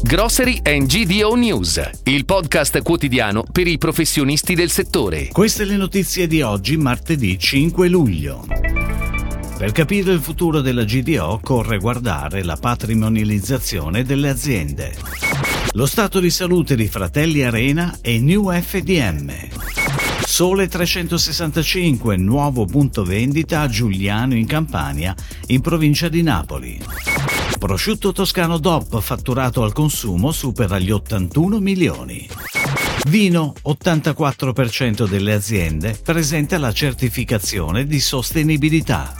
Grocery and GDO News, il podcast quotidiano per i professionisti del settore. Queste le notizie di oggi, martedì 5 luglio. Per capire il futuro della GDO occorre guardare la patrimonializzazione delle aziende. Lo stato di salute di Fratelli Arena e New FDM. Sole 365, nuovo punto vendita a Giugliano in Campania, in provincia di Napoli. Prosciutto toscano DOP fatturato al consumo supera gli 81 milioni. Vino, 84% delle aziende presenta la certificazione di sostenibilità.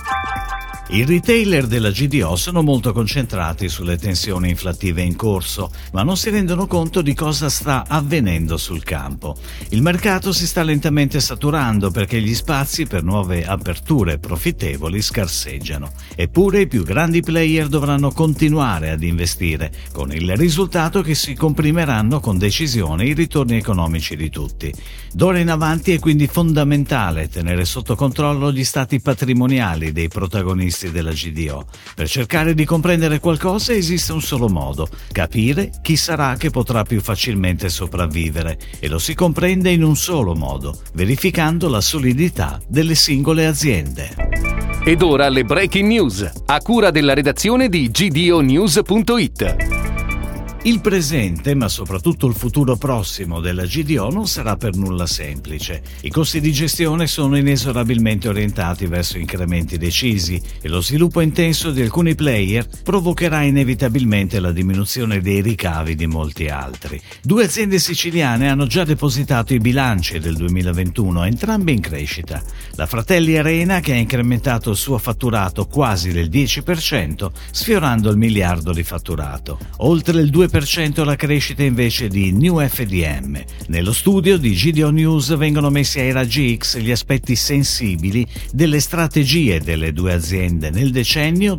I retailer della GDO sono molto concentrati sulle tensioni inflattive in corso, ma non si rendono conto di cosa sta avvenendo sul campo. Il mercato si sta lentamente saturando perché gli spazi per nuove aperture profittevoli scarseggiano. Eppure i più grandi player dovranno continuare ad investire, con il risultato che si comprimeranno con decisione i ritorni economici di tutti. D'ora in avanti è quindi fondamentale tenere sotto controllo gli stati patrimoniali dei protagonisti della GDO. Per cercare di comprendere qualcosa esiste un solo modo: capire chi sarà che potrà più facilmente sopravvivere, e lo si comprende in un solo modo: verificando la solidità delle singole aziende. Ed ora le breaking news, a cura della redazione di gdonews.it. Il presente, ma soprattutto il futuro prossimo della GDO non sarà per nulla semplice. I costi di gestione sono inesorabilmente orientati verso incrementi decisi e lo sviluppo intenso di alcuni player provocherà inevitabilmente la diminuzione dei ricavi di molti altri. Due aziende siciliane hanno già depositato i bilanci del 2021, entrambe in crescita. La Fratelli Arena, che ha incrementato il suo fatturato quasi del 10%, sfiorando il miliardo di fatturato. Oltre il 2% la crescita invece di New FDM. Nello studio di GDO News vengono messi ai raggi X gli aspetti sensibili delle strategie delle due aziende nel decennio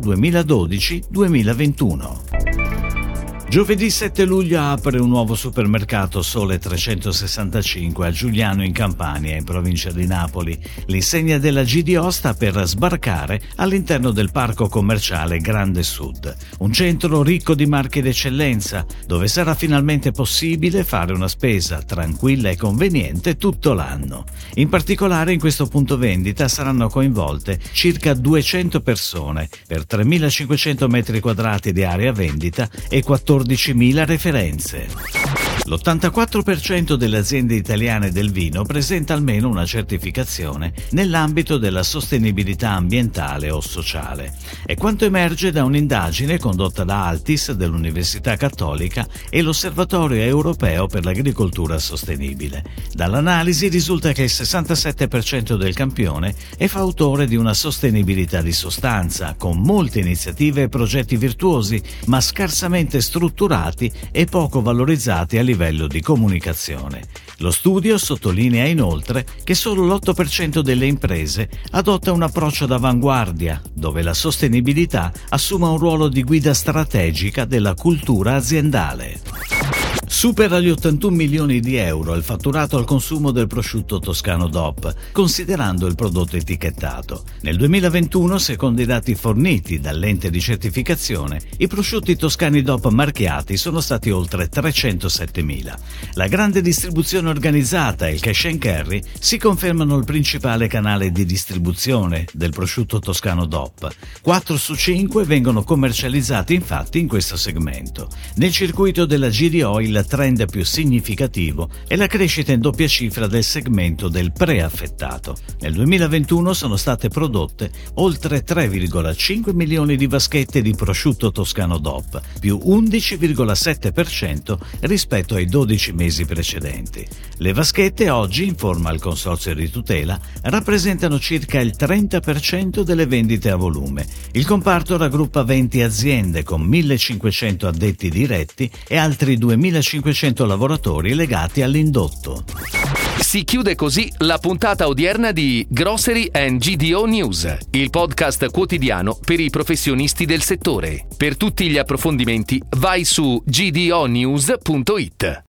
2012-2021. Giovedì 7 luglio apre un nuovo supermercato Sole 365 a Giugliano in Campania, in provincia di Napoli. L'insegna della GDO sta per sbarcare all'interno del parco commerciale Grande Sud, un centro ricco di marche d'eccellenza, dove sarà finalmente possibile fare una spesa tranquilla e conveniente tutto l'anno. In particolare in questo punto vendita saranno coinvolte circa 200 persone per 3.500 metri quadrati di area vendita e 14.000 referenze. L'84% delle aziende italiane del vino presenta almeno una certificazione nell'ambito della sostenibilità ambientale o sociale. È quanto emerge da un'indagine condotta da Altis dell'Università Cattolica e l'Osservatorio Europeo per l'Agricoltura Sostenibile. Dall'analisi risulta che il 67% del campione è fautore di una sostenibilità di sostanza, con molte iniziative e progetti virtuosi, ma scarsamente strutturati e poco valorizzati a livello di comunicazione. Lo studio sottolinea inoltre che solo l'8% delle imprese adotta un approccio d'avanguardia, dove la sostenibilità assume un ruolo di guida strategica della cultura aziendale. Supera gli 81 milioni di euro il fatturato al consumo del prosciutto toscano DOP, considerando il prodotto etichettato. Nel 2021, secondo i dati forniti dall'ente di certificazione, i prosciutti toscani DOP marchiati sono stati oltre 307.000. La grande distribuzione organizzata e il cash and carry si confermano il principale canale di distribuzione del prosciutto toscano DOP. 4 su 5 vengono commercializzati infatti in questo segmento. Nel circuito della GDO il trend più significativo è la crescita in doppia cifra del segmento del preaffettato. Nel 2021 sono state prodotte oltre 3,5 milioni di vaschette di prosciutto toscano DOP, più 11,7% rispetto ai 12 mesi precedenti. Le vaschette oggi, informa il Consorzio di tutela, rappresentano circa il 30% delle vendite a volume. Il comparto raggruppa 20 aziende con 1.500 addetti diretti e altri 2.500 lavoratori legati all'indotto. Si chiude così la puntata odierna di Grocery and GDO News, il podcast quotidiano per i professionisti del settore. Per tutti gli approfondimenti vai su gdonews.it.